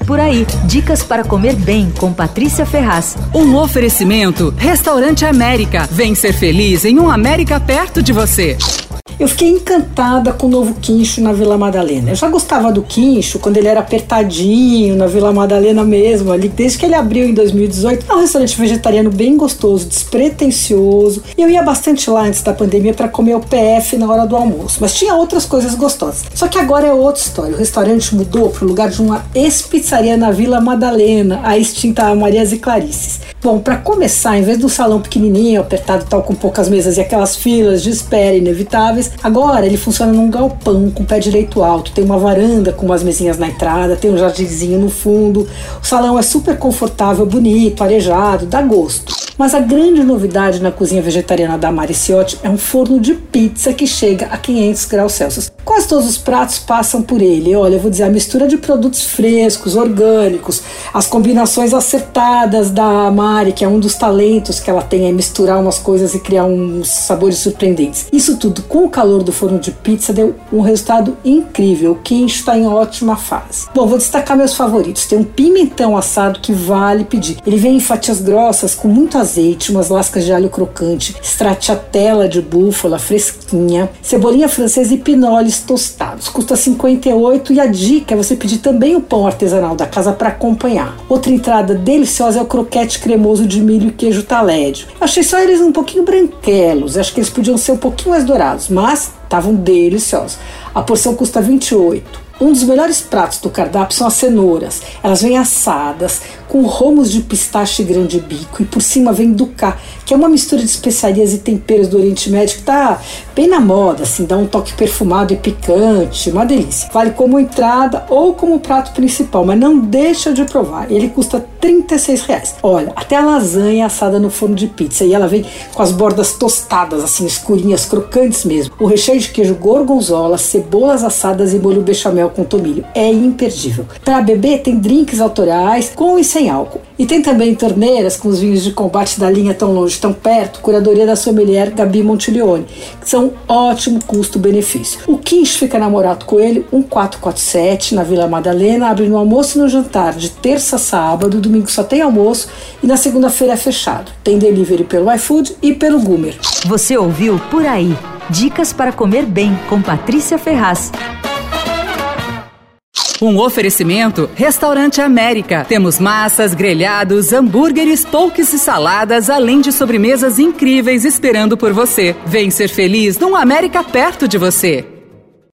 Por Aí, dicas para comer bem com Patrícia Ferraz. Um oferecimento, Restaurante América. Vem ser feliz em um América perto de você. Eu fiquei encantada com o novo quincho na Vila Madalena. Eu já gostava do quincho quando ele era apertadinho, na Vila Madalena mesmo, ali, desde que ele abriu em 2018. É um restaurante vegetariano bem gostoso, despretensioso. E eu ia bastante lá antes da pandemia para comer o PF na hora do almoço. Mas tinha outras coisas gostosas. Só que agora é outra história. O restaurante mudou para o lugar de uma ex-pizzaria na Vila Madalena, a extinta Marias e Clarices. Bom, para começar, em vez do salão pequenininho, apertado tal, com poucas mesas e aquelas filas de espera inevitáveis, agora ele funciona num galpão com pé direito alto, tem uma varanda com umas mesinhas na entrada, tem um jardinzinho no fundo, o salão é super confortável, bonito, arejado, dá gosto. Mas a grande novidade na cozinha vegetariana da Mariciotti é um forno de pizza que chega a 500 graus Celsius. Quase todos os pratos passam por ele. Olha, eu vou dizer, a mistura de produtos frescos, orgânicos, as combinações acertadas da Mari, que é um dos talentos que ela tem, é misturar umas coisas e criar uns sabores surpreendentes. Isso tudo com o calor do forno de pizza deu um resultado incrível. O quincho está em ótima fase. Bom, vou destacar meus favoritos. Tem um pimentão assado que vale pedir. Ele vem em fatias grossas com muito azeite, umas lascas de alho crocante, stracciatella de búfala fresquinha, cebolinha francesa e pinoles tostados. Custa 58 e a dica é você pedir também o pão artesanal da casa para acompanhar. Outra entrada deliciosa é o croquete cremoso de milho e queijo talédio. Eu achei só eles um pouquinho branquelos, acho que eles podiam ser um pouquinho mais dourados, mas estavam deliciosos. A porção custa 28. Um dos melhores pratos do cardápio são as cenouras. Elas vêm assadas, com romos de pistache e grão de bico, e por cima vem dukkha, que é uma mistura de especiarias e temperos do Oriente Médio que tá bem na moda, assim, dá um toque perfumado e picante, uma delícia. Vale como entrada ou como prato principal, mas não deixa de provar. Ele custa R$36. Olha, até a lasanha assada no forno de pizza, e ela vem com as bordas tostadas, assim, escurinhas, crocantes mesmo. O recheio de queijo gorgonzola, cebolas assadas e molho bechamel com tomilho. É imperdível. Para beber, tem drinks autorais com e sem álcool. E tem também torneiras com os vinhos de combate da linha Tão Longe, Tão Perto, curadoria da sommelier Gabi Montilione, que são ótimo custo-benefício. O quincho fica na Morato Coelho, 1447, na Vila Madalena, abre no almoço e no jantar, de terça a sábado, domingo só tem almoço e na segunda-feira é fechado. Tem delivery pelo iFood e pelo Goomer. Você ouviu Por Aí, dicas para comer bem com Patrícia Ferraz. Um oferecimento, Restaurante América. Temos massas, grelhados, hambúrgueres, poutes e saladas, além de sobremesas incríveis esperando por você. Vem ser feliz num América perto de você.